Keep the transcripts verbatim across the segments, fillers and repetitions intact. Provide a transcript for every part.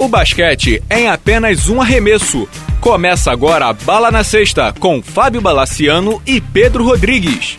O basquete é em apenas um arremesso. Começa agora a Bala na Sexta, com Fábio Balaciano e Pedro Rodrigues.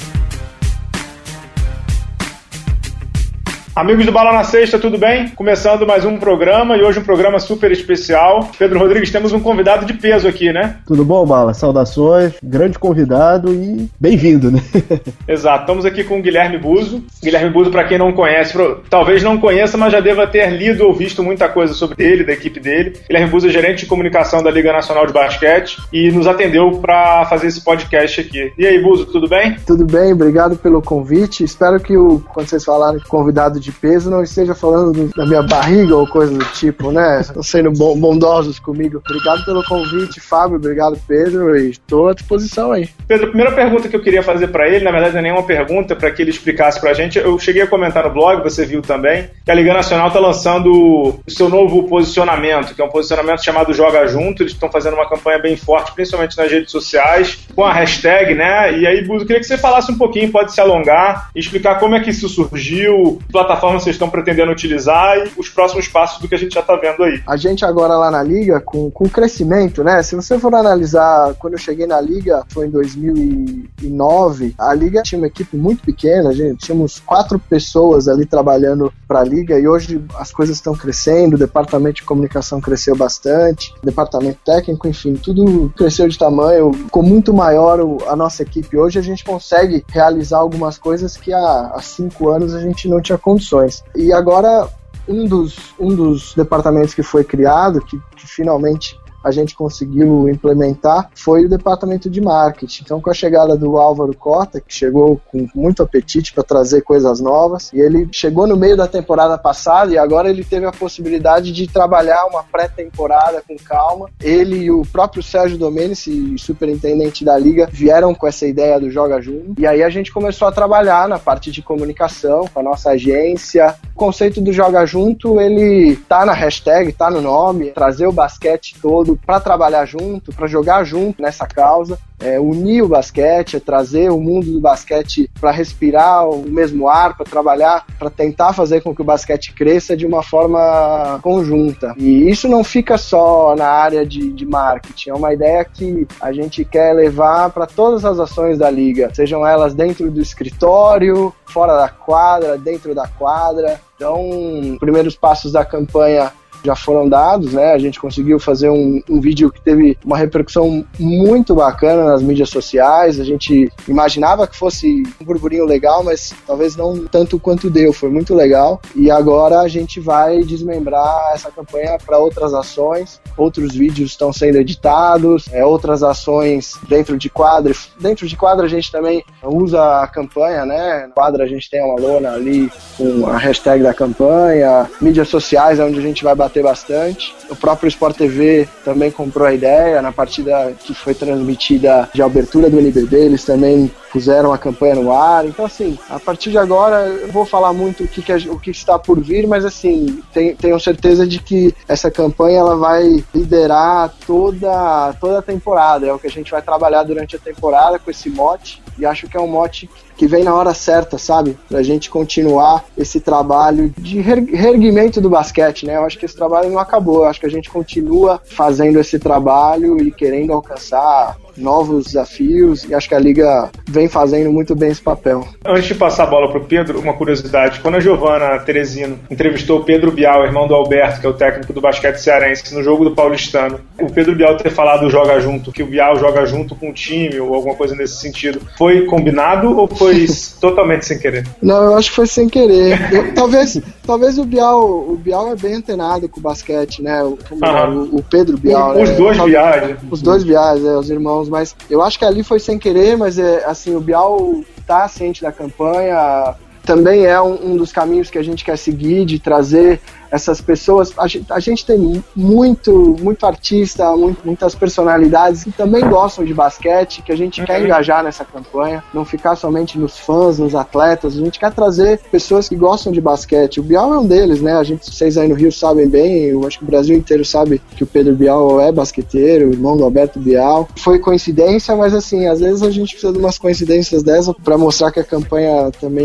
Amigos do Bala na Sexta, tudo bem? Começando mais um programa, e hoje um programa super especial. Pedro Rodrigues, temos um convidado de peso aqui, né? Tudo bom, Bala? Saudações, grande convidado e bem-vindo, né? Exato, estamos aqui com o Guilherme Buzo. Guilherme Buzo, para quem não conhece, talvez não conheça, mas já deva ter lido ou visto muita coisa sobre ele, da equipe dele. Guilherme Buzo é gerente de comunicação da Liga Nacional de Basquete e nos atendeu para fazer esse podcast aqui. E aí, Buzo, tudo bem? Tudo bem, obrigado pelo convite. Espero que, o, quando vocês falarem de convidado de peso, não esteja falando da minha barriga ou coisa do tipo, né? Estão sendo bondosos comigo. Obrigado pelo convite, Fábio. Obrigado, Pedro. E estou à disposição aí. Pedro, a primeira pergunta que eu queria fazer para ele, na verdade não é nenhuma pergunta, para que ele explicasse para a gente. Eu cheguei a comentar no blog, você viu também, que a Liga Nacional está lançando o seu novo posicionamento, que é um posicionamento chamado Joga Junto. Eles estão fazendo uma campanha bem forte, principalmente nas redes sociais, com a hashtag, né? E aí, Buzo, eu queria que você falasse um pouquinho, pode se alongar, e explicar como é que isso surgiu, plataforma vocês estão pretendendo utilizar e os próximos passos do que a gente já está vendo aí. A gente agora lá na Liga, com, com crescimento, né? Se você for analisar, quando eu cheguei na Liga, foi em dois mil e nove, a Liga tinha uma equipe muito pequena, gente, tínhamos quatro pessoas ali trabalhando para a Liga, e hoje as coisas estão crescendo, o departamento de comunicação cresceu bastante, o departamento técnico, enfim, tudo cresceu de tamanho, ficou muito maior a nossa equipe. Hoje a gente consegue realizar algumas coisas que há, há cinco anos a gente não tinha condições. E agora, um dos, um dos departamentos que foi criado, que, que finalmente a gente conseguiu implementar, foi o departamento de marketing. Então, com a chegada do Álvaro Cota, que chegou com muito apetite para trazer coisas novas, e ele chegou no meio da temporada passada e agora ele teve a possibilidade de trabalhar uma pré-temporada com calma. Ele e o próprio Sérgio Domenici, superintendente da Liga, vieram com essa ideia do Joga Junto, e aí a gente começou a trabalhar na parte de comunicação com a nossa agência. O conceito do Joga Junto, ele tá na hashtag, tá no nome, trazer o basquete todo para trabalhar junto, para jogar junto nessa causa, é, unir o basquete, é trazer o mundo do basquete para respirar o mesmo ar, para trabalhar, para tentar fazer com que o basquete cresça de uma forma conjunta. E isso não fica só na área de, de marketing, é uma ideia que a gente quer levar para todas as ações da Liga, sejam elas dentro do escritório, fora da quadra, dentro da quadra. Então, os primeiros passos da campanha já foram dados, né? A gente conseguiu fazer um, um vídeo que teve uma repercussão muito bacana nas mídias sociais. A gente imaginava que fosse um burburinho legal, mas talvez não tanto quanto deu. Foi muito legal. E agora a gente vai desmembrar essa campanha para outras ações. Outros vídeos estão sendo editados, é, outras ações dentro de quadra. Dentro de quadra a gente também usa a campanha, né? Na quadra a gente tem uma lona ali com a hashtag da campanha. Mídias sociais é onde a gente vai bater bastante. O próprio Sport T V também comprou a ideia. Na partida que foi transmitida de abertura do N B B, eles também puseram a campanha no ar. Então, assim, a partir de agora eu não vou falar muito o que, que, o que está por vir, mas assim, tenho, tenho certeza de que essa campanha ela vai liderar toda, toda a temporada. É o que a gente vai trabalhar durante a temporada com esse mote, e acho que é um mote que vem na hora certa, sabe? Pra gente continuar esse trabalho de reerguimento do basquete, né? Eu acho que esse trabalho não acabou, eu acho que a gente continua fazendo esse trabalho e querendo alcançar novos desafios, e acho que a Liga vem fazendo muito bem esse papel. Antes de passar a bola pro Pedro, uma curiosidade: quando a Giovana Teresino entrevistou o Pedro Bial, irmão do Alberto, que é o técnico do basquete cearense, no jogo do Paulistano, o Pedro Bial ter falado joga junto, que o Bial joga junto com o time, ou alguma coisa nesse sentido, foi combinado ou foi totalmente sem querer? Não, eu acho que foi sem querer. Eu, talvez, talvez o Bial, o Bial é bem antenado com o basquete, né? O, o, o Pedro Bial. Os né? dois Biais. Os dois Biais, é, os irmãos. Mas eu acho que ali foi sem querer, mas é, assim, o Bial tá ciente da campanha, também é um, um dos caminhos que a gente quer seguir, de trazer essas pessoas. A gente, a gente tem muito, muito artista, muito, muitas personalidades que também gostam de basquete, que a gente uhum. quer engajar nessa campanha, não ficar somente nos fãs, nos atletas. A gente quer trazer pessoas que gostam de basquete. O Bial é um deles, né? A gente, vocês aí no Rio sabem bem, eu acho que o Brasil inteiro sabe que o Pedro Bial é basqueteiro, irmão do Alberto Bial. Foi coincidência, mas assim, às vezes a gente precisa de umas coincidências dessas para mostrar que a campanha também tá pegando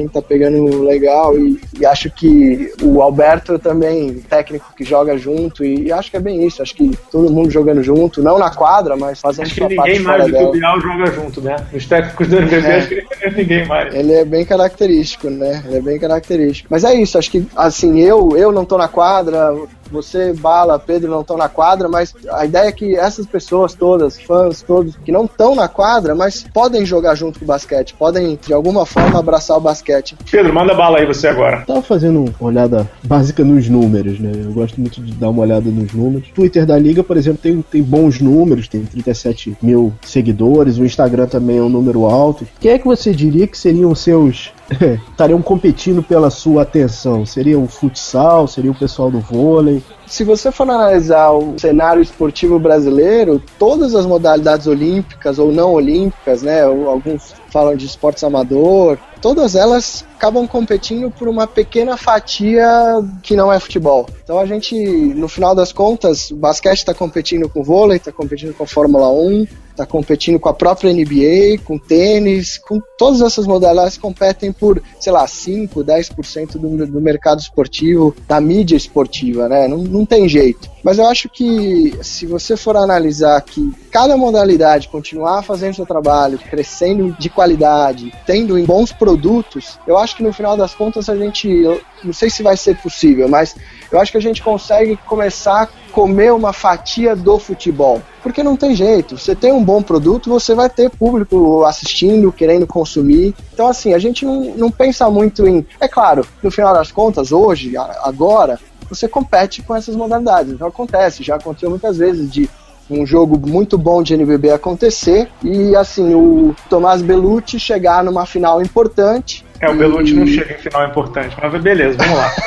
jogando legal e, e acho que o Alberto também, técnico que joga junto, e, e acho que é bem isso, acho que todo mundo jogando junto, não na quadra, mas fazendo acho sua que parte ninguém mais fora do que dela. o Bial joga junto, né? Os técnicos do N B B, é. Acho que ninguém mais. Ele é bem característico, né? Ele é bem característico. Mas é isso, acho que, assim, eu, eu não tô na quadra, você, Bala, Pedro não estão na quadra, mas a ideia é que essas pessoas todas, fãs todos, que não estão na quadra, mas podem jogar junto com o basquete, podem, de alguma forma, abraçar o basquete. Pedro, manda bala aí você agora. Tava fazendo uma olhada básica nos números, né? Eu gosto muito de dar uma olhada nos números. O Twitter da Liga, por exemplo, tem, tem bons números, tem trinta e sete mil seguidores, o Instagram também é um número alto. Quem é que você diria que seriam os seus... estariam competindo pela sua atenção? Seria o futsal? Seria o pessoal do vôlei? Se você for analisar o cenário esportivo brasileiro, todas as modalidades olímpicas ou não olímpicas, né, alguns falam de esportes amador, todas elas acabam competindo por uma pequena fatia que não é futebol. Então a gente, no final das contas, o basquete está competindo com o vôlei, está competindo com a Fórmula um, está competindo com a própria N B A, com tênis, com todas essas modalidades competem por, sei lá, cinco, dez por cento do, do mercado esportivo, da mídia esportiva, né? Não, não tem jeito. Mas eu acho que se você for analisar que cada modalidade continuar fazendo seu trabalho, crescendo de qualidade, tendo bons produtos, eu acho que no final das contas a gente, eu não sei se vai ser possível, mas eu acho que a gente consegue começar a comer uma fatia do futebol. Porque não tem jeito, você tem um bom produto, você vai ter público assistindo, querendo consumir. Então assim, a gente não, não pensa muito em... É claro, no final das contas, hoje, agora, você compete com essas modalidades. Então acontece, já aconteceu muitas vezes de um jogo muito bom de N B B acontecer e assim, o Tomás Bellucci chegar numa final importante. É, o Bellucci e... não chega em final importante, mas beleza, vamos lá.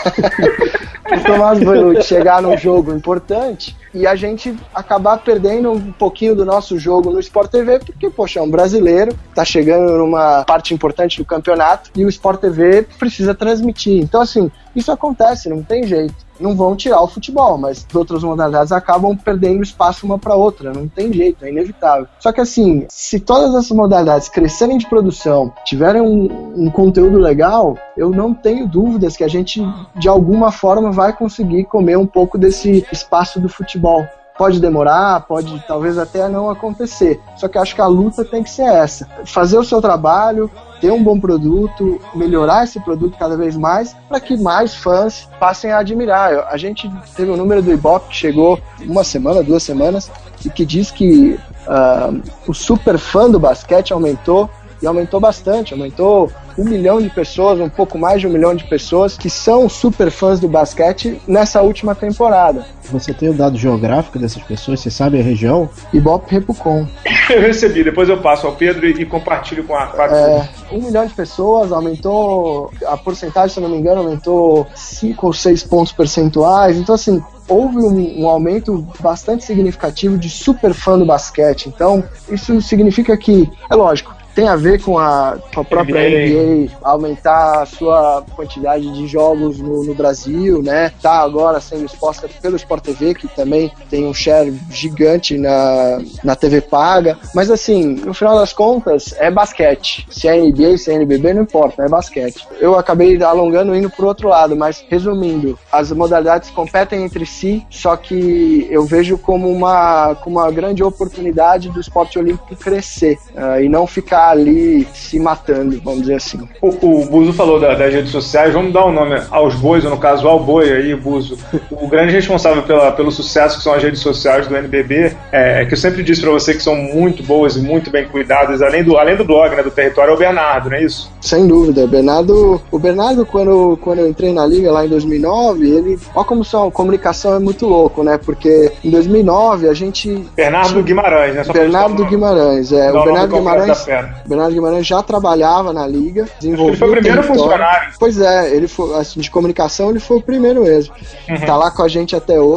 O Tomás Bellucci chegar num jogo importante e a gente acabar perdendo um pouquinho do nosso jogo no Sport T V, porque, poxa, é um brasileiro, tá chegando numa parte importante do campeonato e o Sport T V precisa transmitir. Então, assim, isso acontece, não tem jeito. Não vão tirar o futebol, mas outras modalidades acabam perdendo espaço uma para outra, não tem jeito, é inevitável. Só que assim, se todas essas modalidades crescerem de produção, tiverem um, um conteúdo legal, eu não tenho dúvidas que a gente, de alguma forma, vai conseguir comer um pouco desse espaço do futebol. Pode demorar, pode talvez até não acontecer, só que eu acho que a luta tem que ser essa, fazer o seu trabalho, ter um bom produto, melhorar esse produto cada vez mais, para que mais fãs passem a admirar. A gente teve um número do Ibope que chegou uma semana, duas semanas, e que diz que uh, o super fã do basquete aumentou, e aumentou bastante, aumentou um milhão de pessoas, um pouco mais de um milhão de pessoas que são super fãs do basquete nessa última temporada. Você tem o dado geográfico dessas pessoas? Você sabe a região? Ibope Repucon. Eu recebi, depois eu passo ao Pedro e, e compartilho com a quatro. É, um milhão de pessoas, aumentou, a porcentagem, se eu não me engano, aumentou cinco ou seis pontos percentuais, então assim, houve um, um aumento bastante significativo de super fã do basquete, então isso significa que, é lógico, tem a ver com a, com a própria N B A aumentar a sua quantidade de jogos no, no Brasil, né? Tá agora sendo exposta pelo Sport T V, que também tem um share gigante na, na T V paga. Mas assim, no final das contas, é basquete. Se é N B A, se é N B B, não importa, é basquete. Eu acabei alongando indo pro outro lado, mas resumindo, as modalidades competem entre si, só que eu vejo como uma, como uma grande oportunidade do esporte olímpico crescer uh, e não ficar ali se matando, vamos dizer assim. O, o Buzo falou da, das redes sociais, vamos dar um nome aos bois, ou no caso ao boi aí, Buzo. O grande responsável pela, pelo sucesso que são as redes sociais do N B B, é, que eu sempre disse pra você que são muito boas e muito bem cuidadas, além do, além do blog, né, do Território, é o Bernardo, não é isso? Sem dúvida, Bernardo, o Bernardo, quando, quando eu entrei na Liga lá em dois mil e nove, ele, olha como são, a comunicação é muito louco, né, porque em dois mil e nove a gente... Bernardo Guimarães, né? Só Bernardo Guimarães, é, o Bernardo Guimarães... Bernardo Guimarães já trabalhava na Liga, ele foi o primeiro funcionário. Pois é, ele foi, assim, de comunicação ele foi o primeiro mesmo. Uhum. Tá lá com a gente até hoje.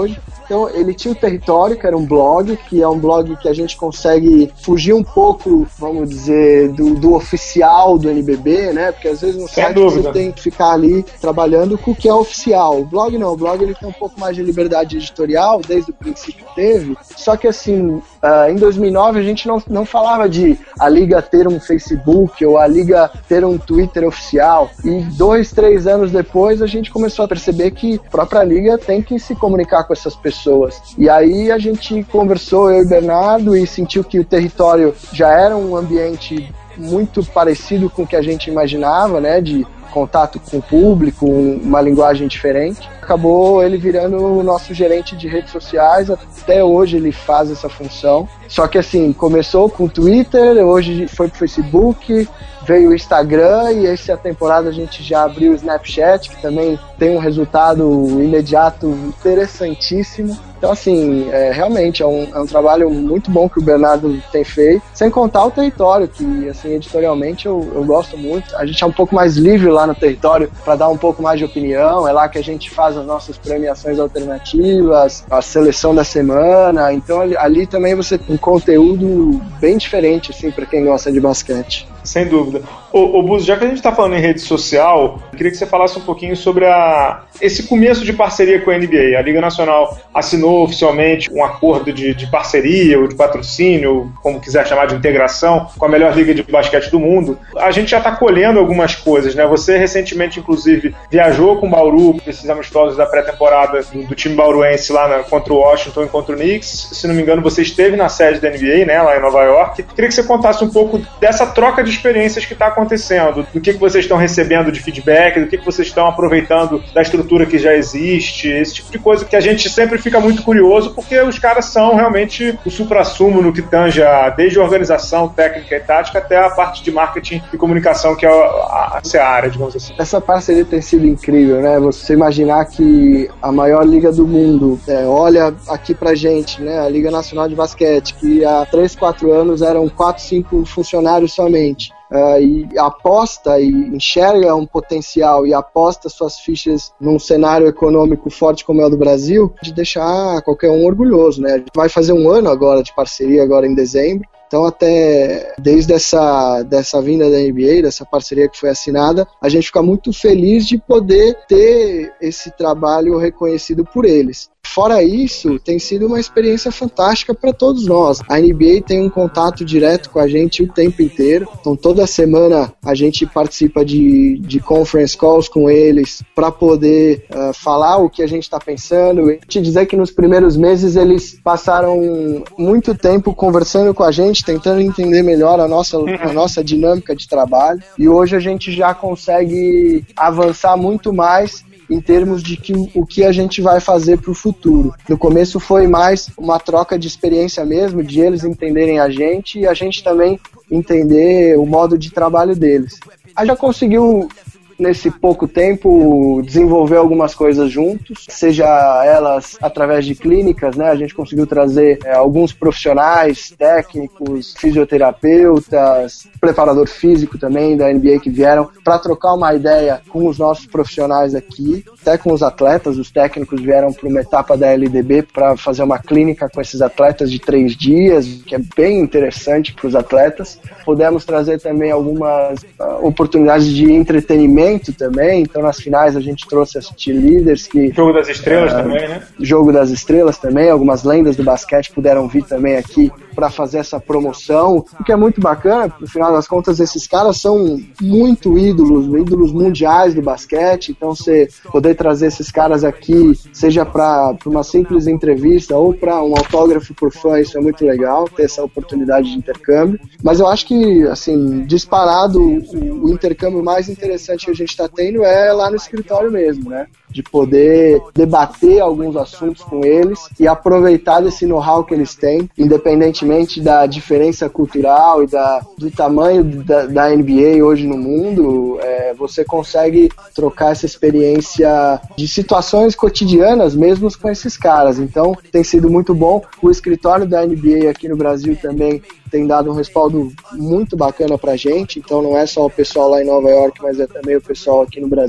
Então ele tinha o Território, que era um blog, que é um blog que a gente consegue fugir um pouco, vamos dizer, do, do oficial do N B B, né? Porque às vezes no Sem site dúvida. você tem que ficar ali trabalhando com o que é oficial. O blog não, o blog ele tem um pouco mais de liberdade editorial, desde o princípio teve, só que assim, uh, em dois mil e nove a gente não, não falava de a Liga ter um Facebook ou a Liga ter um Twitter oficial, e dois, três anos depois a gente começou a perceber que a própria Liga tem que se comunicar com essas pessoas. E aí a gente conversou, eu e o Bernardo, e sentiu que o Território já era um ambiente muito parecido com o que a gente imaginava, né, de contato com o público, uma linguagem diferente. Acabou ele virando o nosso gerente de redes sociais, até hoje ele faz essa função. Só que assim, começou com o Twitter, hoje foi pro Facebook, veio o Instagram, e essa temporada a gente já abriu o Snapchat, que também tem um resultado imediato interessantíssimo. Então assim, é, realmente é um, é um trabalho muito bom que o Bernardo tem feito, sem contar o Território, que assim, editorialmente eu, eu gosto muito. A gente é um pouco mais livre lá no Território para dar um pouco mais de opinião, é lá que a gente faz as nossas premiações alternativas, a seleção da semana, então ali, ali também você tem um conteúdo bem diferente assim, para quem gosta de basquete. Sem dúvida. Ô, ô Buzo, já que a gente está falando em rede social, eu queria que você falasse um pouquinho sobre a, esse começo de parceria com a N B A. A Liga Nacional assinou oficialmente um acordo de, de parceria ou de patrocínio, como quiser chamar, de integração, com a melhor liga de basquete do mundo. A gente já está colhendo algumas coisas, né? Você recentemente, inclusive, viajou com o Bauru, esses amistosos da pré-temporada do, do time bauruense lá na, contra o Washington e contra o Knicks. Se não me engano, você esteve na sede da N B A, né, lá em Nova York. Queria que você contasse um pouco dessa troca de experiências que está acontecendo, do que, que vocês estão recebendo de feedback, do que, que vocês estão aproveitando da estrutura que já existe, esse tipo de coisa que a gente sempre fica muito curioso, porque os caras são realmente o supra-sumo no que tange a, desde a organização técnica e tática até a parte de marketing e comunicação, que é a, a área, digamos assim. Essa parceria tem sido incrível, né? Você imaginar que a maior liga do mundo é, olha aqui pra gente, né? A Liga Nacional de Basquete, que há três, quatro anos eram quatro, cinco funcionários somente. Uh, e aposta e enxerga um potencial e aposta suas fichas num cenário econômico forte como é o do Brasil, de deixar qualquer um orgulhoso, né? A gente vai fazer um ano agora de parceria, agora em dezembro. Então, até desde essa dessa vinda da N B A, dessa parceria que foi assinada, a gente fica muito feliz de poder ter esse trabalho reconhecido por eles. Fora isso, tem sido uma experiência fantástica para todos nós. A N B A tem um contato direto com a gente o tempo inteiro. Então, toda semana a gente participa de, de conference calls com eles para poder uh, falar o que a gente está pensando. E te dizer que nos primeiros meses eles passaram muito tempo conversando com a gente, tentando entender melhor a nossa, a nossa dinâmica de trabalho. E hoje a gente já consegue avançar muito mais em termos de que, o que a gente vai fazer para o futuro. No começo foi mais uma troca de experiência mesmo, de eles entenderem a gente e a gente também entender o modo de trabalho deles. A gente já conseguiu, nesse pouco tempo, desenvolver algumas coisas juntos, seja elas através de clínicas, né? A gente conseguiu trazer é, alguns profissionais, técnicos, fisioterapeutas, preparador físico também da N B A que vieram para trocar uma ideia com os nossos profissionais aqui, até com os atletas. Os técnicos vieram para uma etapa da L D B para fazer uma clínica com esses atletas de três dias, que é bem interessante para os atletas. Pudemos trazer também algumas uh, oportunidades de entretenimento também, então nas finais a gente trouxe as cheerleaders que... Jogo das Estrelas uh, também, né? Jogo das Estrelas também, algumas lendas do basquete puderam vir também aqui para fazer essa promoção, o que é muito bacana. No final das contas, esses caras são muito ídolos, ídolos mundiais do basquete, então você poder trazer esses caras aqui, seja para uma simples entrevista ou para um autógrafo por fã, isso é muito legal, ter essa oportunidade de intercâmbio. Mas eu acho que, assim, disparado, o, o intercâmbio mais interessante que a gente está tendo é lá no escritório mesmo, né? De poder debater alguns assuntos com eles e aproveitar desse know-how que eles têm, independentemente da diferença cultural e da, do tamanho da, da N B A hoje no mundo. É, você consegue trocar essa experiência de situações cotidianas mesmo com esses caras. Então tem sido muito bom. O escritório da N B A aqui no Brasil também tem dado um respaldo muito bacana pra gente, então não é só o pessoal lá em Nova York, mas é também o pessoal aqui no Brasil.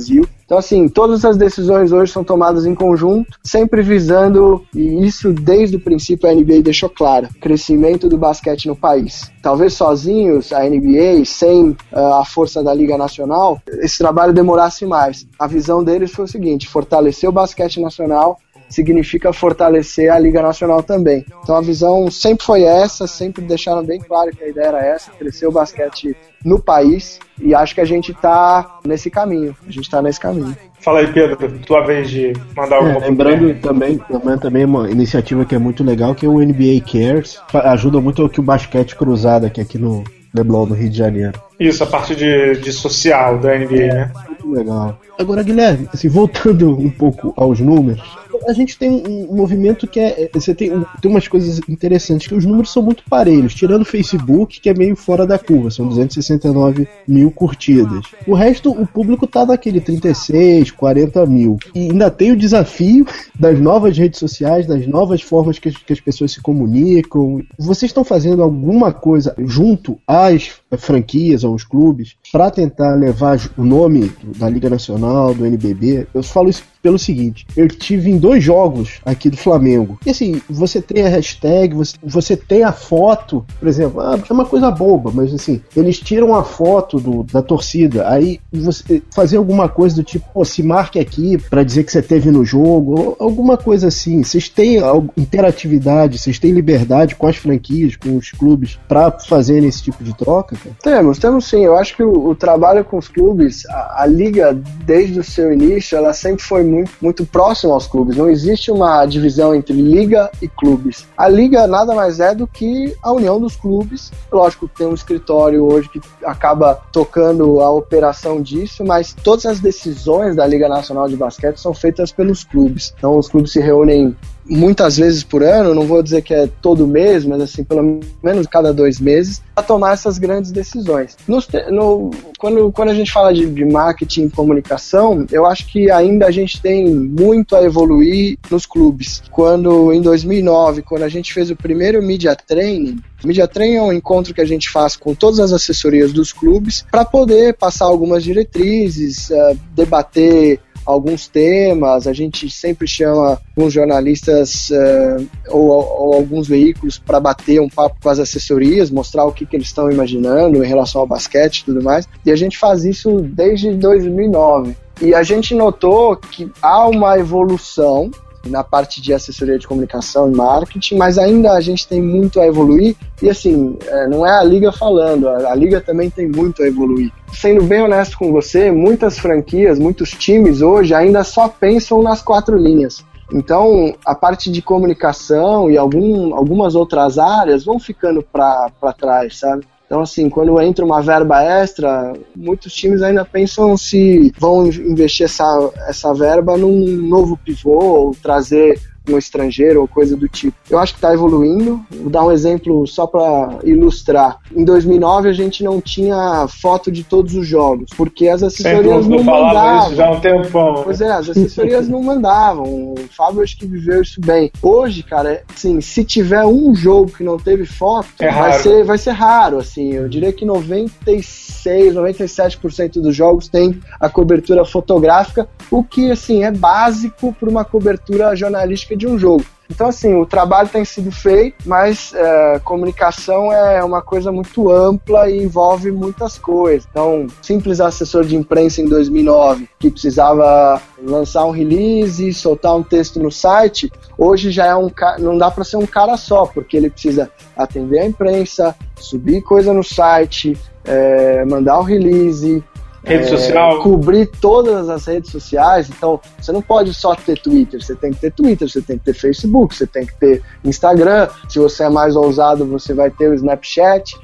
Então, assim, todas as decisões hoje são tomadas em conjunto, sempre visando, e isso desde o princípio a N B A deixou claro, o crescimento do basquete no país. Talvez sozinhos, a N B A, sem uh, a força da Liga Nacional, esse trabalho demorasse mais. A visão deles foi o seguinte: fortalecer o basquete nacional significa fortalecer a Liga Nacional também. Então a visão sempre foi essa, sempre deixaram bem claro que a ideia era essa, crescer o basquete no país, e acho que a gente está nesse caminho, a gente está nesse caminho. Fala aí, Pedro, tua vez de mandar alguma coisa. É, lembrando também, também, também uma iniciativa que é muito legal, que é o N B A Cares, ajuda muito que o basquete cruzado aqui, aqui no Leblon, no Rio de Janeiro. Isso, a parte de, de social da N B A, é, né? Muito legal. Agora, Guilherme, assim, voltando um pouco aos números, a gente tem um movimento que é... Você tem, tem umas coisas interessantes, que os números são muito parelhos, tirando o Facebook, que é meio fora da curva, são duzentos e sessenta e nove mil curtidas. O resto, o público tá naquele trinta e seis, quarenta mil. E ainda tem o desafio das novas redes sociais, das novas formas que as, que as pessoas se comunicam. Vocês estão fazendo alguma coisa junto às franquias, aos clubes, para tentar levar o nome da Liga Nacional, do N B B? Eu falo isso pelo seguinte: eu tive em dois jogos aqui do Flamengo, e assim, você tem a hashtag, você, você tem a foto, por exemplo, ah, é uma coisa boba, mas assim, eles tiram a foto do, da torcida, aí você fazer alguma coisa do tipo, pô, se marque aqui pra dizer que você teve no jogo, ou alguma coisa assim. Vocês têm interatividade, vocês têm liberdade com as franquias, com os clubes, pra fazerem esse tipo de troca, cara? Temos, temos sim. Eu acho que o, o trabalho com os clubes, a, a Liga, desde o seu início, ela sempre foi muito, muito próxima aos clubes. Não existe uma divisão entre Liga e clubes. A Liga nada mais é do que a união dos clubes. Lógico que tem um escritório hoje que acaba tocando a operação disso, mas todas as decisões da Liga Nacional de Basquete são feitas pelos clubes. Então os clubes se reúnem muitas vezes por ano, não vou dizer que é todo mês, mas assim, pelo menos cada dois meses, para tomar essas grandes decisões. No, no, quando, quando a gente fala de, de marketing e comunicação, eu acho que ainda a gente tem muito a evoluir nos clubes. Quando, em dois mil e nove, quando a gente fez o primeiro Media Training, o Media Training é um encontro que a gente faz com todas as assessorias dos clubes para poder passar algumas diretrizes, uh, debater alguns temas. A gente sempre chama alguns jornalistas uh, ou, ou alguns veículos para bater um papo com as assessorias, mostrar o que, que eles estão imaginando em relação ao basquete e tudo mais. E a gente faz isso desde dois mil e nove. E a gente notou que há uma evolução na parte de assessoria de comunicação e marketing, mas ainda a gente tem muito a evoluir. E assim, não é a Liga falando, a Liga também tem muito a evoluir. Sendo bem honesto com você, muitas franquias, muitos times hoje ainda só pensam nas quatro linhas. Então, a parte de comunicação e algum, algumas outras áreas vão ficando para trás, sabe? Então, assim, quando entra uma verba extra, muitos times ainda pensam se vão investir essa, essa verba num novo pivô ou trazer um estrangeiro ou coisa do tipo. Eu acho que está evoluindo. Vou dar um exemplo só para ilustrar. Em dois mil e nove a gente não tinha foto de todos os jogos, porque as assessorias não mandavam. Isso já há um tempão. Pois é, as assessorias não mandavam. O Fábio acho que viveu isso bem. Hoje, cara, assim, se tiver um jogo que não teve foto, é vai ser, vai ser raro, assim. Eu diria que noventa e seis, noventa e sete por cento dos jogos tem a cobertura fotográfica, o que, assim, é básico para uma cobertura jornalística de um jogo. Então, assim, o trabalho tem sido feito, mas é, comunicação é uma coisa muito ampla e envolve muitas coisas. Então, simples assessor de imprensa em dois mil e nove, que precisava lançar um release, soltar um texto no site, hoje já é um não dá para ser um cara só, porque ele precisa atender a imprensa, subir coisa no site, é, mandar um release, Rede social. É, cobrir todas as redes sociais. Então, você não pode só ter Twitter, você tem que ter Twitter, você tem que ter Facebook, você tem que ter Instagram. Se você é mais ousado, você vai ter o Snapchat,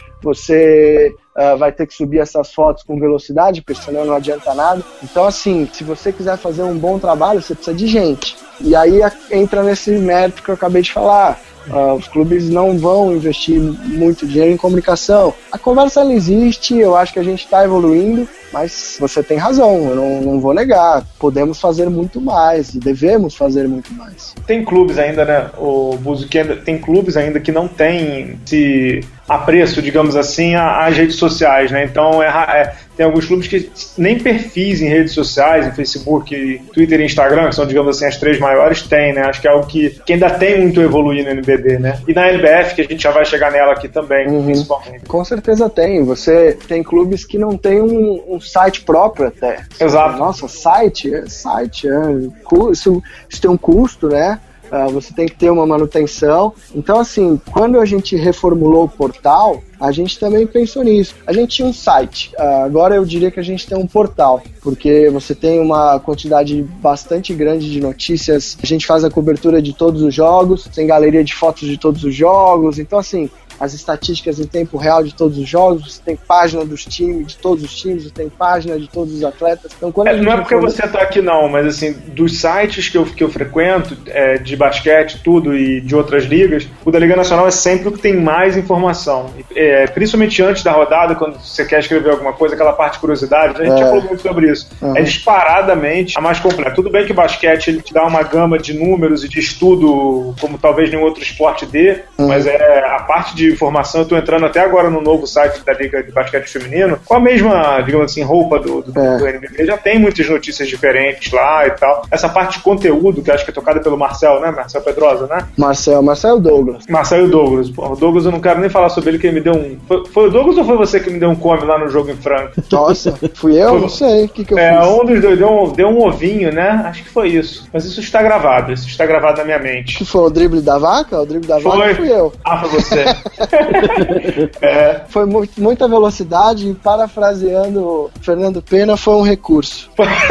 você uh, vai ter que subir essas fotos com velocidade, porque senão não adianta nada. Então, assim, se você quiser fazer um bom trabalho, você precisa de gente. E aí entra nesse mérito que eu acabei de falar. Uh, os clubes não vão investir muito dinheiro em comunicação. A conversa ela existe, eu acho que a gente está evoluindo, mas você tem razão, eu não, não vou negar. Podemos fazer muito mais e devemos fazer muito mais. Tem clubes ainda, né, o Buzo, que ainda, tem clubes ainda que não tem esse apreço, digamos assim, às redes sociais, né? Então é, é, tem alguns clubes que nem perfis em redes sociais, em Facebook, Twitter e Instagram, que são, digamos assim, as três maiores, tem, né? Acho que é algo que, que ainda tem muito a evoluir no N B B, né? E na L B F, que a gente já vai chegar nela aqui também, uhum. principalmente. Com certeza tem. Você tem clubes que não tem um, um site próprio até. Exato. Nossa, site, é, site, é, isso, isso tem um custo, né? Uh, você tem que ter uma manutenção. Então, assim, quando a gente reformulou o portal, a gente também pensou nisso. A gente tinha um site, uh, agora eu diria que a gente tem um portal, porque você tem uma quantidade bastante grande de notícias, a gente faz a cobertura de todos os jogos, tem galeria de fotos de todos os jogos, então assim, as estatísticas em tempo real de todos os jogos, você tem página dos times, de todos os times, você tem página de todos os atletas. Então, quando é, a gente não é porque reformula... você está aqui não, mas assim, dos sites que eu, que eu frequento, é, de basquete, tudo, e de outras ligas, o da Liga Nacional é sempre o que tem mais informação. É, principalmente antes da rodada, quando você quer escrever alguma coisa, aquela parte de curiosidade, a gente é. já falou muito sobre isso. Uhum. É disparadamente a mais completa. Tudo bem que o basquete ele te dá uma gama de números e de estudo, como talvez nenhum outro esporte dê, uhum. mas é a parte de informação, eu tô entrando até agora no novo site da Liga de Basquete Feminino, com a mesma, digamos assim, roupa do, do, é. do N B B, já tem muitas notícias diferentes lá e tal. Essa parte de conteúdo, que acho que é tocada pelo Marcel, né? Marcel Pedrosa, né? Marcel, Marcel Douglas. Marcel Douglas. Pô, o Douglas eu não quero nem falar sobre ele, que ele me deu um... Foi, foi o Douglas ou foi você que me deu um come lá no jogo em Franca? Nossa, fui eu? Foi... Não sei, o que que eu é, fiz? É, um dos dois, deu um, deu um ovinho, né? Acho que foi isso. Mas isso está gravado, isso está gravado na minha mente. Que foi o drible da vaca? O drible da foi. vaca fui eu. Ah, foi você. É. Foi mu- muita velocidade e, parafraseando Fernando Pena, foi um recurso.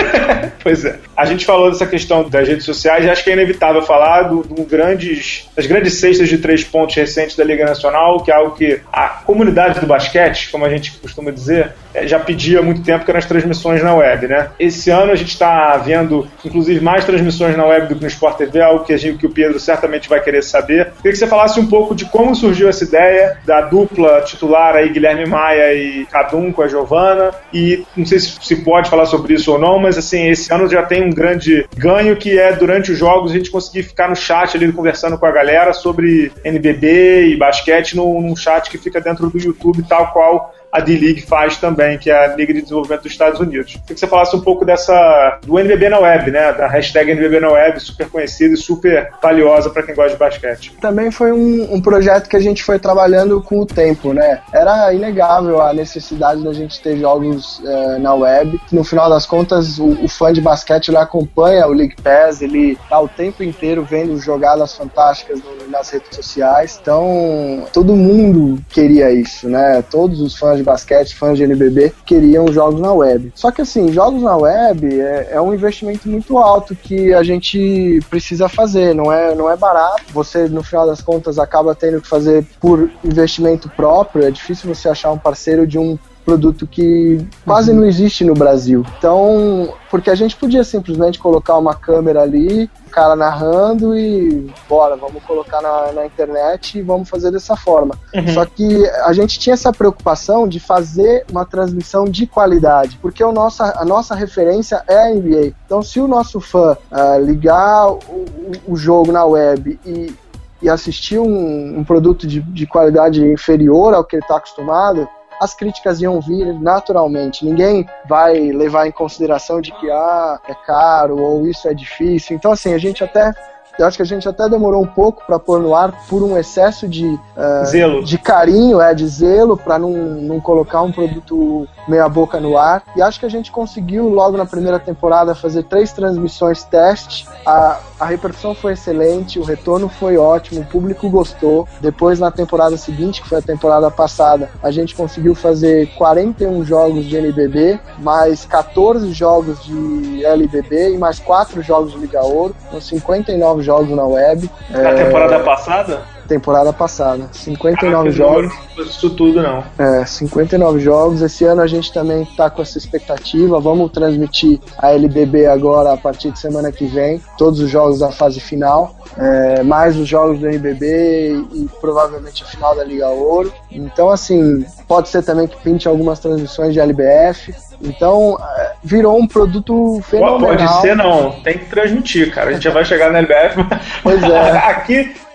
Pois é. A gente falou dessa questão das redes sociais e acho que é inevitável falar do, do grandes, das grandes cestas de três pontos recentes da Liga Nacional, que é algo que a comunidade do basquete, como a gente costuma dizer, já pedia há muito tempo, que eram as transmissões na web, né? Esse ano a gente está vendo, inclusive, mais transmissões na web do que no Sport T V, algo que, a gente, que o Pedro certamente vai querer saber. Queria que você falasse um pouco de como surgiu essa ideia da dupla titular aí, Guilherme Maia e Cadum com a Giovana, e não sei se se pode falar sobre isso ou não, mas assim, esse ano já tem um grande ganho, que é durante os jogos a gente conseguir ficar no chat ali conversando com a galera sobre N B B e basquete num, num chat que fica dentro do YouTube, tal qual a D-League faz também, que é a Liga de Desenvolvimento dos Estados Unidos. Queria que você falasse um pouco dessa do N B B na web, né? Da hashtag N B B na web, super conhecida e super valiosa para quem gosta de basquete. Também foi um, um projeto que a gente foi trabalhando com o tempo, né? Era inegável a necessidade da gente ter jogos é, na web. No final das contas, o, o fã de basquete ele acompanha o League Pass, ele tá o tempo inteiro vendo jogadas fantásticas no, nas redes sociais. Então, todo mundo queria isso, né? Todos os fãs de basquete, fãs de N B B, queriam jogos na web. Só que assim, jogos na web é, é um investimento muito alto que a gente precisa fazer, não é, não é barato. Você, no final das contas, acaba tendo que fazer por investimento próprio, é difícil você achar um parceiro de um produto que quase não existe no Brasil. Então, porque a gente podia simplesmente colocar uma câmera ali, o cara narrando e bora, vamos colocar na, na internet e vamos fazer dessa forma. Uhum. Só que a gente tinha essa preocupação de fazer uma transmissão de qualidade, porque o nosso, a nossa referência é a N B A. Então, se o nosso fã uh, ligar o, o jogo na web e, e assistir um, um produto de, de qualidade inferior ao que ele está acostumado, as críticas iam vir naturalmente. Ninguém vai levar em consideração de que ah, é caro ou isso é difícil. Então, assim, a gente até... Eu acho que a gente até demorou um pouco para pôr no ar por um excesso de, uh, zelo. de carinho, é, de zelo, para não, não colocar um produto meia boca no ar. E acho que a gente conseguiu, logo na primeira temporada, fazer três transmissões teste. A, a repercussão foi excelente, o retorno foi ótimo, o público gostou. Depois, na temporada seguinte, que foi a temporada passada, a gente conseguiu fazer quarenta e um jogos de N B B, mais catorze jogos de L B B e mais quatro jogos de Liga Ouro, então cinquenta e nove jogos na web. Na é... temporada passada? Temporada passada. cinquenta e nove Caraca, jogos. Não isso tudo, não. É, cinquenta e nove jogos. Esse ano a gente também tá com essa expectativa. Vamos transmitir a L B B agora a partir de semana que vem. Todos os jogos da fase final. É, mais os jogos do N B B e, e provavelmente a final da Liga Ouro. Então, assim, pode ser também que pinte algumas transmissões de L B F. Então, virou um produto fenomenal. Pode ser, não. Tem que transmitir, cara. A gente já vai chegar na L B F. Pois é. Aqui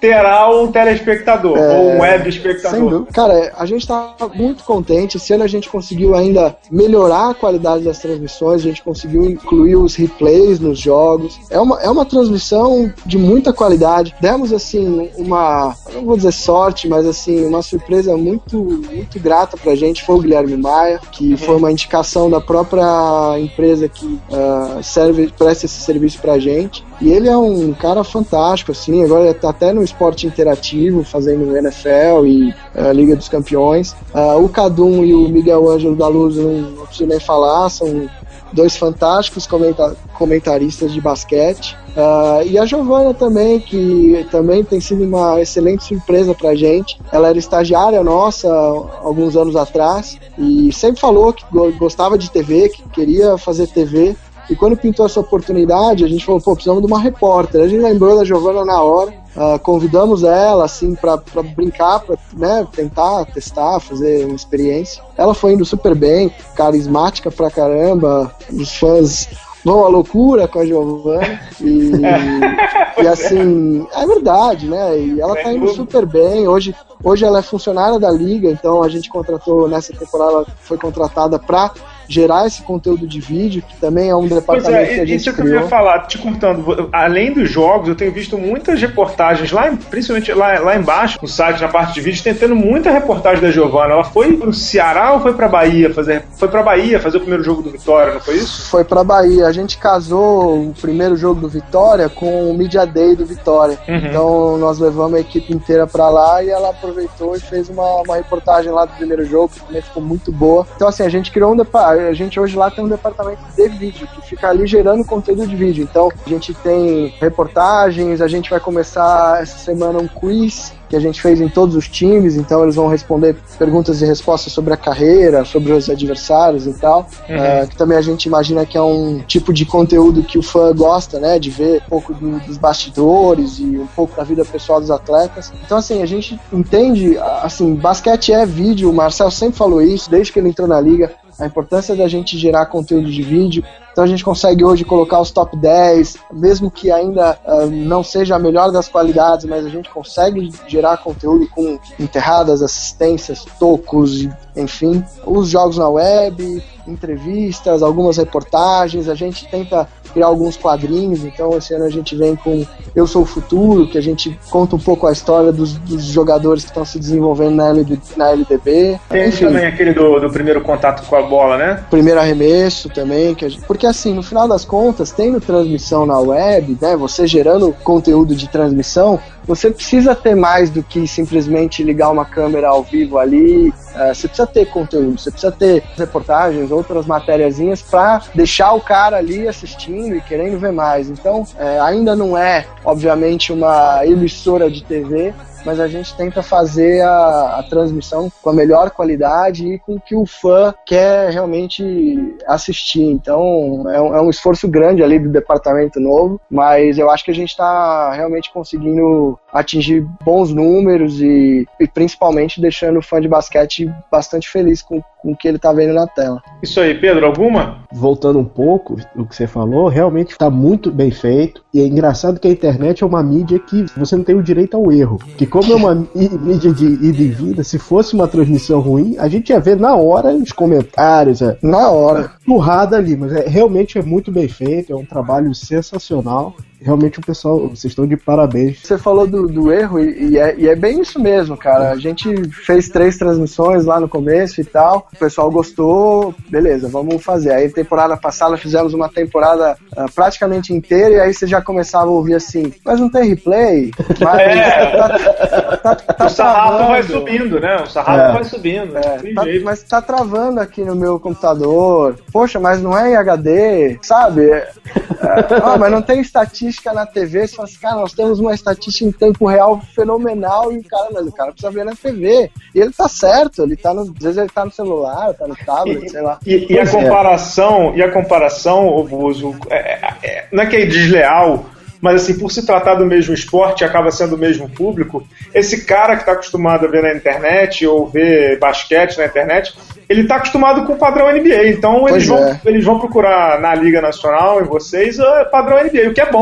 terá um telespectador, é, ou um web espectador. Cara, a gente tá muito contente. Esse ano a gente conseguiu ainda melhorar a qualidade das transmissões, a gente conseguiu incluir os replays nos jogos. É uma, é uma transmissão de muita qualidade. Demos, assim, uma, não vou dizer sorte, mas, assim, uma surpresa muito, muito grata pra gente. Foi o Guilherme Maia, que uhum. foi uma indicação da própria empresa que uh, serve, presta esse serviço pra gente. E ele é um cara fantástico, assim, agora ele tá até no esporte interativo, fazendo N F L e uh, Liga dos Campeões. Uh, o Cadum e o Miguel Ângelo da Luz, não, não preciso nem falar, são dois fantásticos comenta- comentaristas de basquete. Uh, e a Giovana também, que também tem sido uma excelente surpresa pra gente. Ela era estagiária nossa alguns anos atrás e sempre falou que gostava de T V, que queria fazer T V. E quando pintou essa oportunidade, a gente falou, pô, precisamos de uma repórter. A gente lembrou da Giovana na hora, uh, convidamos ela, assim, pra, pra brincar, pra, né, tentar, testar, fazer uma experiência. Ela foi indo super bem, carismática pra caramba, os fãs vão à loucura com a Giovana. E, e assim, é verdade, né? E ela tá indo super bem. Hoje, hoje ela é funcionária da Liga, então a gente contratou, nessa temporada, ela foi contratada pra gerar esse conteúdo de vídeo, que também é um departamento é, que a gente isso criou. Isso que eu ia falar, te cortando, além dos jogos, eu tenho visto muitas reportagens, lá, principalmente lá, lá embaixo, no site, na parte de vídeo, tem tendo muita reportagem da Giovana. Ela foi pro Ceará ou foi pra Bahia fazer? Foi pra Bahia fazer o primeiro jogo do Vitória, não foi isso? Foi pra Bahia. A gente casou o primeiro jogo do Vitória com o Media Day do Vitória. Uhum. Então nós levamos a equipe inteira pra lá e ela aproveitou e fez uma, uma reportagem lá do primeiro jogo, que também ficou muito boa. Então assim, a gente criou um departamento. A gente hoje lá tem um departamento de vídeo que fica ali gerando conteúdo de vídeo. Então a gente tem reportagens, a gente vai começar essa semana um quiz que a gente fez em todos os times, então eles vão responder perguntas e respostas sobre a carreira, sobre os adversários e tal, uhum. uh, que também a gente imagina que é um tipo de conteúdo que o fã gosta, né, de ver um pouco do, dos bastidores e um pouco da vida pessoal dos atletas. Então assim, a gente entende, assim, basquete é vídeo, o Marcel sempre falou isso, desde que ele entrou na liga, a importância da gente gerar conteúdo de vídeo. Então a gente consegue hoje colocar os top dez, mesmo que ainda uh, não seja a melhor das qualidades, mas a gente consegue gerar conteúdo com enterradas, assistências, tocos, enfim. Os jogos na web, entrevistas, algumas reportagens, a gente tenta criar alguns quadrinhos. Então esse ano a gente vem com Eu Sou o Futuro, que a gente conta um pouco a história dos, dos jogadores que estão se desenvolvendo na, L D, na L D B. Tem enfim, também aquele do, do primeiro contato com a bola, né? Primeiro arremesso também, que a gente, porque assim, no final das contas, tendo transmissão na web, né, você gerando conteúdo de transmissão, você precisa ter mais do que simplesmente ligar uma câmera ao vivo ali. Uh, você precisa ter conteúdo, você precisa ter reportagens, outras matériazinhas para deixar o cara ali assistindo e querendo ver mais. Então, uh, ainda não é, obviamente, uma emissora de T V, mas a gente tenta fazer a, a transmissão com a melhor qualidade e com o que o fã quer realmente assistir. Então é um, é um esforço grande ali do departamento novo, mas eu acho que a gente está realmente conseguindo atingir bons números e, e principalmente deixando o fã de basquete bastante feliz com, com o que ele está vendo na tela. Isso aí, Pedro, alguma? Voltando um pouco do que você falou, realmente está muito bem feito, e é engraçado que a internet é uma mídia que você não tem o direito ao erro, que como é uma mídia de ida e vinda, se fosse uma transmissão ruim, a gente ia ver na hora os comentários, é, na hora, empurrada ali, mas é, realmente é muito bem feito, é um trabalho sensacional. Realmente o pessoal, vocês estão de parabéns. Você falou do, do erro e, e, é, e é bem isso mesmo, cara. A gente fez três transmissões lá no começo e tal, o pessoal gostou, beleza, vamos fazer. Aí temporada passada fizemos uma temporada uh, praticamente inteira e aí você já começava a ouvir assim, mas não tem replay? Mas é. tá, tá, tá o sarrafo vai subindo, né? O sarrafo é. vai subindo. É. Tá, mas tá travando aqui no meu computador. Poxa, mas não é em H D, sabe? É, ah, mas não tem estatística na T V, você fala assim, cara, nós temos uma estatística em tempo real fenomenal e o cara, mas o cara precisa ver na T V. E ele tá certo, ele tá no, às vezes ele tá no celular, tá no tablet, e, sei lá. E, e a comparação, é. e a comparação, ô Buzo, é, é, não é que é desleal, mas assim, por se tratar do mesmo esporte, acaba sendo o mesmo público, esse cara que está acostumado a ver na internet ou ver basquete na internet, ele está acostumado com o padrão N B A, então eles vão, é. eles vão procurar na Liga Nacional, em vocês, o padrão N B A, o que é bom,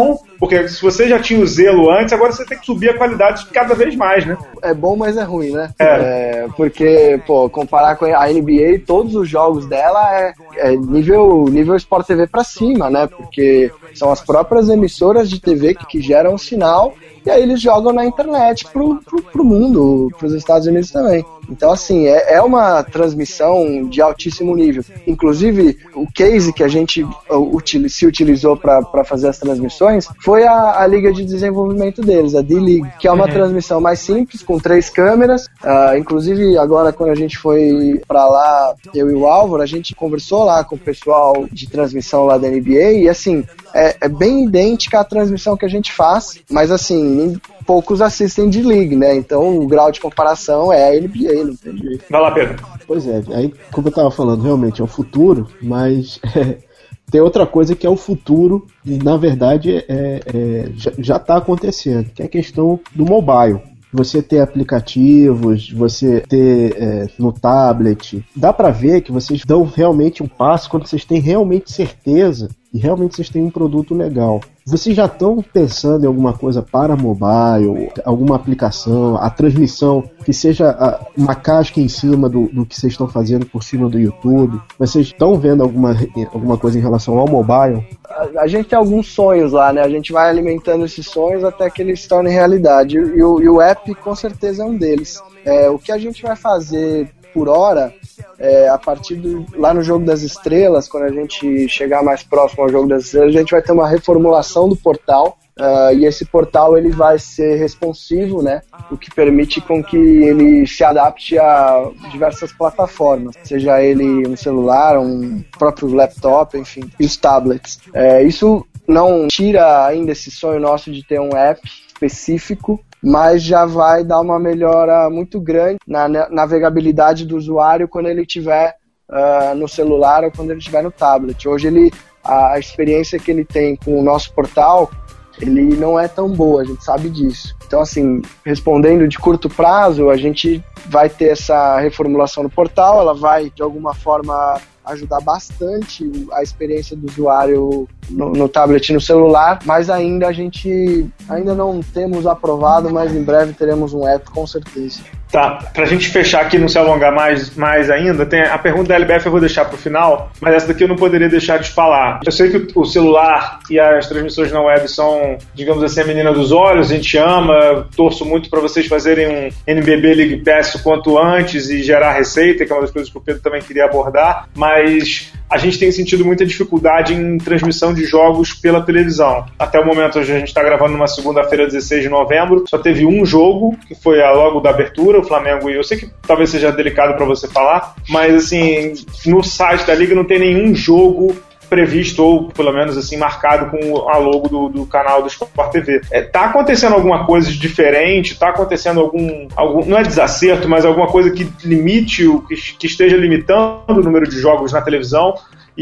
Porque se você já tinha o zelo antes, agora você tem que subir a qualidade cada vez mais, né? É bom, mas é ruim, né? É. É, porque, pô, comparar com a N B A, todos os jogos dela é, é nível, nível Sport T V pra cima, né? Porque são as próprias emissoras de T V que, que geram o sinal, e aí eles jogam na internet pro, pro, pro mundo, pros Estados Unidos também. Então, assim, é, é uma transmissão de altíssimo nível. Inclusive, o case que a gente util, se utilizou para fazer as transmissões foi a, a Liga de Desenvolvimento deles, a D-League, que é uma uhum. transmissão mais simples, com três câmeras. Uh, inclusive, agora, quando a gente foi para lá, eu e o Álvaro, a gente conversou lá com o pessoal de transmissão lá da N B A, e, assim, é, é bem idêntica à transmissão que a gente faz, mas, assim, poucos assistem de League, né? Então o grau de comparação é a N B A, não tem jeito. Vai lá, Pedro. Pois é, aí como eu tava falando, realmente é o futuro, mas é, tem outra coisa que é o futuro e na verdade é, é, já, já tá acontecendo, que é a questão do mobile. Você ter aplicativos, você ter é, no tablet, dá pra ver que vocês dão realmente um passo quando vocês têm realmente certeza e realmente vocês têm um produto legal. Vocês já estão pensando em alguma coisa para mobile, alguma aplicação, a transmissão que seja a, uma casca em cima do, do que vocês estão fazendo por cima do YouTube? Vocês estão vendo alguma, alguma coisa em relação ao mobile? A, a gente tem alguns sonhos lá, né? A gente vai alimentando esses sonhos até que eles se tornem realidade. E, e, o, e o app com certeza é um deles. É, o que a gente vai fazer por hora, é, a partir do, lá no Jogo das Estrelas, quando a gente chegar mais próximo ao Jogo das Estrelas, a gente vai ter uma reformulação do portal, uh, e esse portal ele vai ser responsivo, né, o que permite com que ele se adapte a diversas plataformas, seja ele um celular, um próprio laptop, enfim, e os tablets. É, isso não tira ainda esse sonho nosso de ter um app específico, mas já vai dar uma melhora muito grande na navegabilidade do usuário quando ele estiver uh, no celular ou quando ele estiver no tablet. Hoje ele, a experiência que ele tem com o nosso portal, ele não é tão boa, a gente sabe disso. Então, assim, respondendo de curto prazo, a gente vai ter essa reformulação do portal, ela vai, de alguma forma, ajudar bastante a experiência do usuário no, no tablet e no celular, mas ainda a gente ainda não temos aprovado, mas em breve teremos um app com certeza. Tá, pra gente fechar aqui, não se alongar mais, mais ainda, tem a pergunta da L B F eu vou deixar pro final, mas essa daqui eu não poderia deixar de falar. Eu sei que o celular e as transmissões na web são, digamos assim, a menina dos olhos, a gente ama, torço muito para vocês fazerem um N B B League Pass o quanto antes e gerar receita, que é uma das coisas que o Pedro também queria abordar, mas a gente tem sentido muita dificuldade em transmissão de jogos pela televisão. Até o momento, hoje a gente está gravando numa segunda-feira, dezesseis de novembro, só teve um jogo, que foi a logo da abertura, o Flamengo, e eu sei que talvez seja delicado para você falar, mas assim, no site da Liga não tem nenhum jogo previsto, ou pelo menos assim, marcado com a logo do, do canal do Sport T V. É, tá acontecendo alguma coisa de diferente? Tá acontecendo algum, algum, não é desacerto, mas alguma coisa que limite, o que, que esteja limitando o número de jogos na televisão?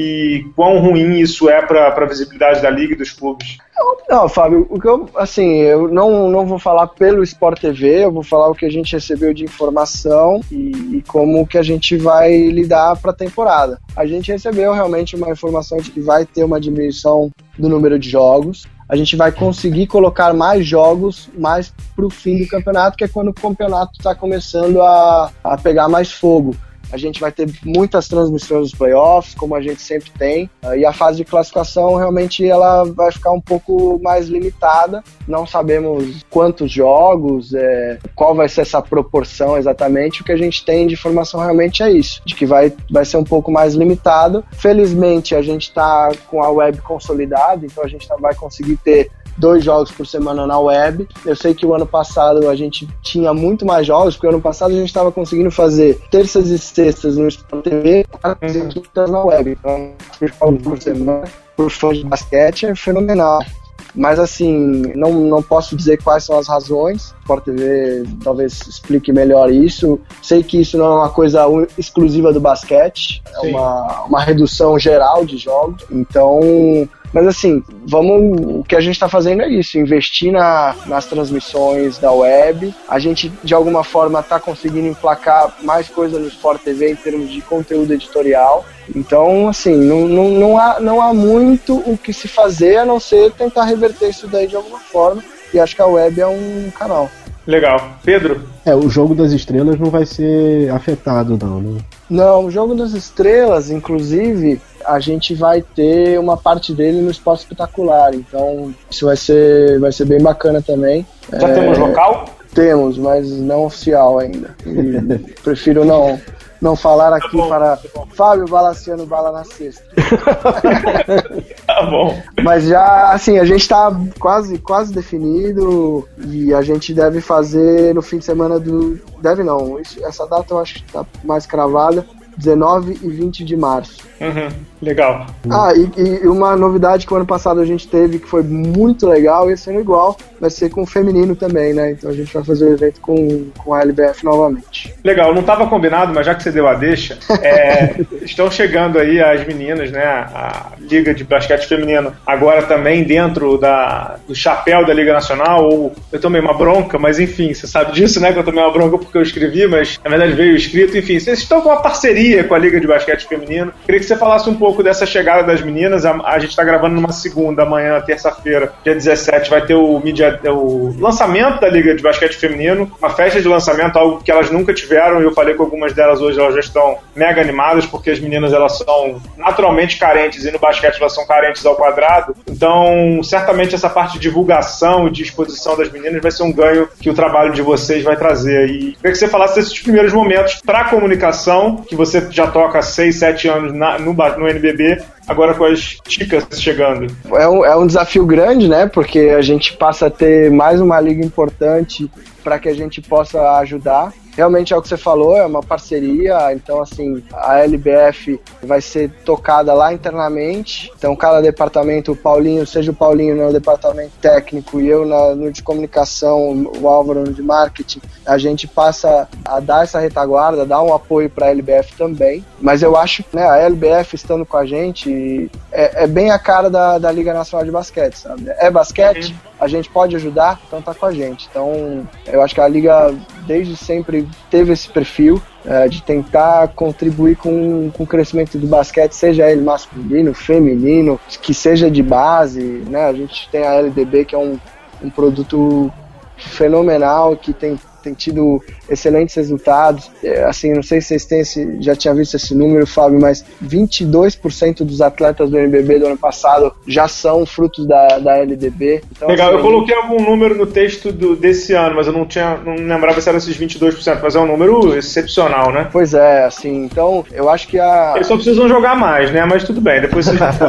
E quão ruim isso é para a visibilidade da Liga e dos clubes? Não, Fábio, o que eu, assim, eu não, não vou falar pelo Sport T V, eu vou falar o que a gente recebeu de informação e, e como que a gente vai lidar para a temporada. A gente recebeu realmente uma informação de que vai ter uma diminuição do número de jogos. A gente vai conseguir colocar mais jogos mais para o fim do campeonato, que é quando o campeonato está começando a, a pegar mais fogo. A gente vai ter muitas transmissões dos playoffs, como a gente sempre tem, e a fase de classificação realmente ela vai ficar um pouco mais limitada. Não sabemos quantos jogos, é, qual vai ser essa proporção exatamente. O que a gente tem de informação realmente é isso, de que vai, vai ser um pouco mais limitado. Felizmente a gente está com a web consolidada, então a gente tá, vai conseguir ter dois jogos por semana na web. Eu sei que o ano passado a gente tinha muito mais jogos, porque o ano passado a gente estava conseguindo fazer terças e sextas no Sport T V, quatro e quintas na web. Então, por semana, por fã de basquete, é fenomenal. Mas assim, não, não posso dizer quais são as razões. O Sport T V talvez explique melhor isso. Sei que isso não é uma coisa exclusiva do basquete, é uma, uma redução geral de jogos. Então, Mas assim, vamos, o que a gente está fazendo é isso, investir na, nas transmissões da web. A gente, de alguma forma, está conseguindo emplacar mais coisa no Sport T V em termos de conteúdo editorial. Então, assim, não, não, não, há, não há muito o que se fazer, a não ser tentar reverter isso daí de alguma forma. E acho que a web é um canal. Legal. Pedro? É, o Jogo das Estrelas não vai ser afetado, não, né? Não, o Jogo das Estrelas, inclusive, a gente vai ter uma parte dele no Esporte Espetacular. Então, isso vai ser, vai ser bem bacana também. Já é, temos local? Temos, mas não oficial ainda. E prefiro não... não falar aqui tá bom, para tá Fábio Balaciano Bala na Sexta. Tá bom. Mas já, assim, a gente tá quase, quase definido e a gente deve fazer no fim de semana do... Deve não, isso, essa data eu acho que tá mais cravada, dezenove e vinte de março. Uhum, legal. Ah, e, e uma novidade que o ano passado a gente teve, que foi muito legal, e esse ano igual, vai ser com o feminino também, né? Então a gente vai fazer o evento com, com a L B F novamente. Legal, não estava combinado, mas já que você deu a deixa, é, estão chegando aí as meninas, né? A Liga de Basquete Feminino, agora também dentro da, do chapéu da Liga Nacional, ou eu tomei uma bronca, mas enfim, você sabe disso, né? Que eu tomei uma bronca porque eu escrevi, mas na verdade veio escrito, enfim, vocês estão com uma parceria com a Liga de Basquete Feminino. Queria que você falasse um pouco dessa chegada das meninas. A, a gente está gravando numa segunda, amanhã, terça-feira, dia dezessete, vai ter o, media, o lançamento da Liga de Basquete Feminino, uma festa de lançamento, algo que elas nunca tiveram, e eu falei com algumas delas hoje, elas já estão mega animadas, porque as meninas, elas são naturalmente carentes, e no basquete elas são carentes ao quadrado. Então, certamente essa parte de divulgação e de exposição das meninas vai ser um ganho que o trabalho de vocês vai trazer. E queria que você falasse desses primeiros momentos para a comunicação, que você já toca há seis, sete anos na, no, no N B B, agora com as chicas chegando. É um, é um desafio grande, né? Porque a gente passa a ter mais uma liga importante para que a gente possa ajudar. Realmente é o que você falou, é uma parceria, então assim, a L B F vai ser tocada lá internamente, então cada departamento, o Paulinho, seja o Paulinho no departamento técnico e eu na, no de comunicação, o Álvaro no de marketing, a gente passa a dar essa retaguarda, dar um apoio para a L B F também, mas eu acho que, né, a L B F estando com a gente é, é bem a cara da, da Liga Nacional de Basquete, sabe? É basquete, a gente pode ajudar, então tá com a gente. Então eu acho que a Liga desde sempre teve esse perfil é, de tentar contribuir com, com o crescimento do basquete, seja ele masculino, feminino, que seja de base, né? A gente tem a L D B, que é um, um produto fenomenal, que tem, tem tido excelentes resultados. É, assim, não sei se vocês têm esse, já tinha visto esse número, Fábio, mas vinte e dois por cento dos atletas do N B B do ano passado já são frutos da, da L D B. Então, legal, assim, eu coloquei algum número no texto do, desse ano, mas eu não tinha, não lembrava se era esses vinte e dois por cento, mas é um número excepcional, né? Pois é, assim, então eu acho que a... Eles só precisam jogar mais, né? Mas tudo bem, depois vocês... é.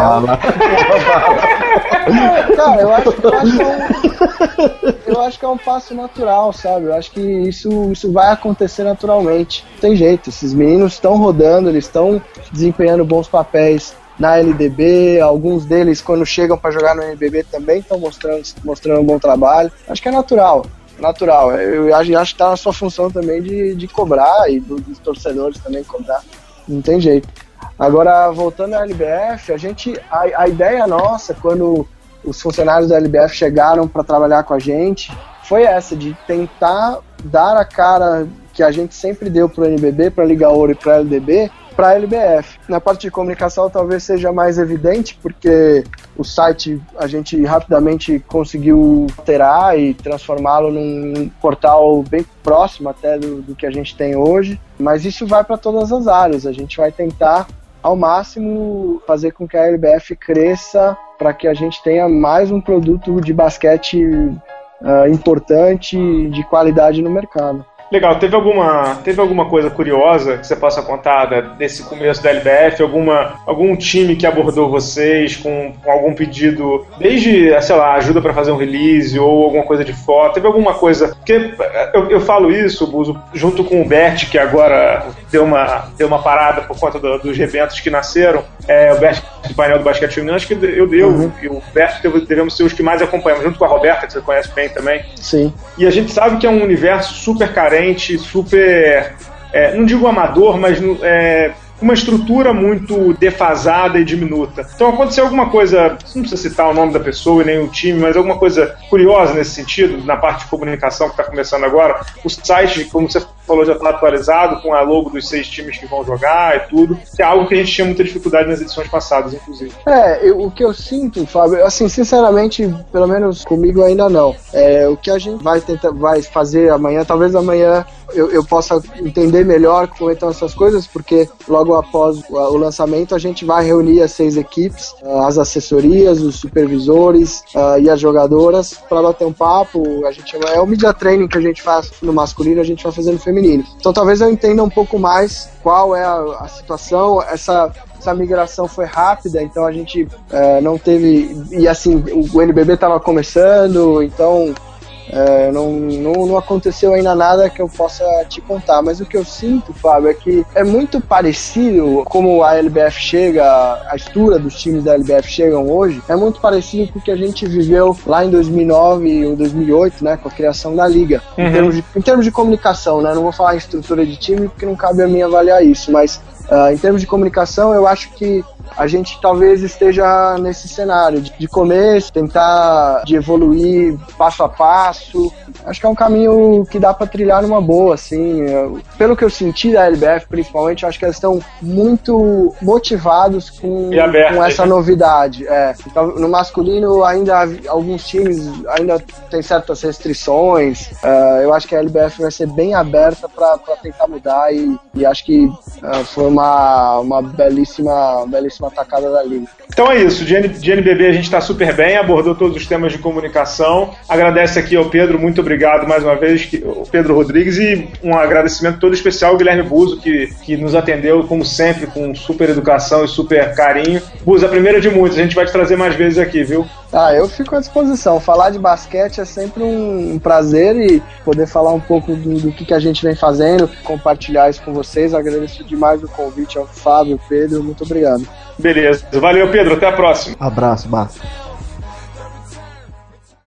Cara, eu acho, eu, acho que é um, eu acho que é um passo natural, sabe? Eu acho que isso, isso vai acontecer naturalmente. Não tem jeito, esses meninos estão rodando, eles estão desempenhando bons papéis na L D B, alguns deles, quando chegam para jogar no N B B, também estão mostrando, mostrando um bom trabalho. Acho que é natural, natural. Eu acho, acho que está na sua função também de, de cobrar, e dos torcedores também cobrar. Não tem jeito. Agora, voltando à L B F, a, gente, a, a ideia nossa, quando os funcionários da L B F chegaram para trabalhar com a gente, foi essa, de tentar dar a cara que a gente sempre deu para o N B B, para a Liga Ouro e para a L D B, para a L B F. Na parte de comunicação talvez seja mais evidente, porque o site a gente rapidamente conseguiu alterar e transformá-lo num portal bem próximo até do, do que a gente tem hoje, mas isso vai para todas as áreas. A gente vai tentar ao máximo fazer com que a L B F cresça para que a gente tenha mais um produto de basquete uh, importante, de qualidade no mercado. Legal, teve alguma, teve alguma coisa curiosa que você possa contar desse começo da L B F? Alguma, algum time que abordou vocês com, com algum pedido, desde, sei lá, ajuda para fazer um release ou alguma coisa de foto? Teve alguma coisa? Porque eu, eu falo isso, Buzo, junto com o Bert, que agora deu uma, deu uma parada por conta do, dos eventos que nasceram, é, o Bert do painel do basquete feminino, acho que eu, eu uhum. e o Bert devemos ser os que mais acompanhamos, junto com a Roberta, que você conhece bem também. Sim. E a gente sabe que é um universo super carente, super, é, não digo amador, mas é, uma estrutura muito defasada e diminuta. Então aconteceu alguma coisa, não precisa citar o nome da pessoa e nem o time, mas alguma coisa curiosa nesse sentido, na parte de comunicação que está começando agora. O site, como você falou, já está atualizado com a logo dos seis times que vão jogar e tudo, que é algo que a gente tinha muita dificuldade nas edições passadas, inclusive. É, eu, o que eu sinto, Fábio, assim, sinceramente, pelo menos comigo ainda não. É, o que a gente vai tentar, vai fazer amanhã, talvez amanhã eu, eu possa entender melhor como estão essas coisas, porque logo após o, o lançamento a gente vai reunir as seis equipes, as assessorias, os supervisores uh, e as jogadoras para bater um papo. A gente, é o media training que a gente faz no masculino, a gente vai fazer no feminino. Então talvez eu entenda um pouco mais qual é a, a situação. Essa Essa migração foi rápida, então a gente uh, não teve... E assim, o N B B estava começando, então uh, não, não, não aconteceu ainda nada que eu possa te contar. Mas o que eu sinto, Fábio, é que é muito parecido como a L B F chega, a estrutura dos times da L B F chegam hoje, é muito parecido com o que a gente viveu lá em dois mil e nove ou dois mil e oito, né, com a criação da Liga. Uhum. Em termos de, em termos de comunicação, né, não vou falar em estrutura de time porque não cabe a mim avaliar isso, mas Uh, em termos de comunicação, eu acho que a gente talvez esteja nesse cenário de, de começo, tentar de evoluir passo a passo. Acho que é um caminho que dá para trilhar numa boa, assim. Eu, pelo que eu senti da L B F, principalmente, eu acho que eles estão muito motivados com, com essa novidade. É. Então, no masculino, ainda alguns times ainda tem certas restrições. Uh, eu acho que a L B F vai ser bem aberta para tentar mudar e, e acho que uh, foi uma, uma belíssima, belíssima atacada da Liga. Então é isso, de, N, de N B B a gente está super bem, abordou todos os temas de comunicação. Agradece aqui ao Pedro, muito obrigado mais uma vez, o Pedro Rodrigues, e um agradecimento todo especial ao Guilherme Buzo, que, que nos atendeu, como sempre, com super educação e super carinho. Buzo, a primeira de muitas, a gente vai te trazer mais vezes aqui, viu? Ah, eu fico à disposição. Falar de basquete é sempre um, um prazer, e poder falar um pouco do, do que, que a gente vem fazendo, compartilhar isso com vocês. Agradeço demais o convite ao Fábio, Pedro, muito obrigado. Beleza, valeu Pedro, até a próxima. Abraço, Marcos.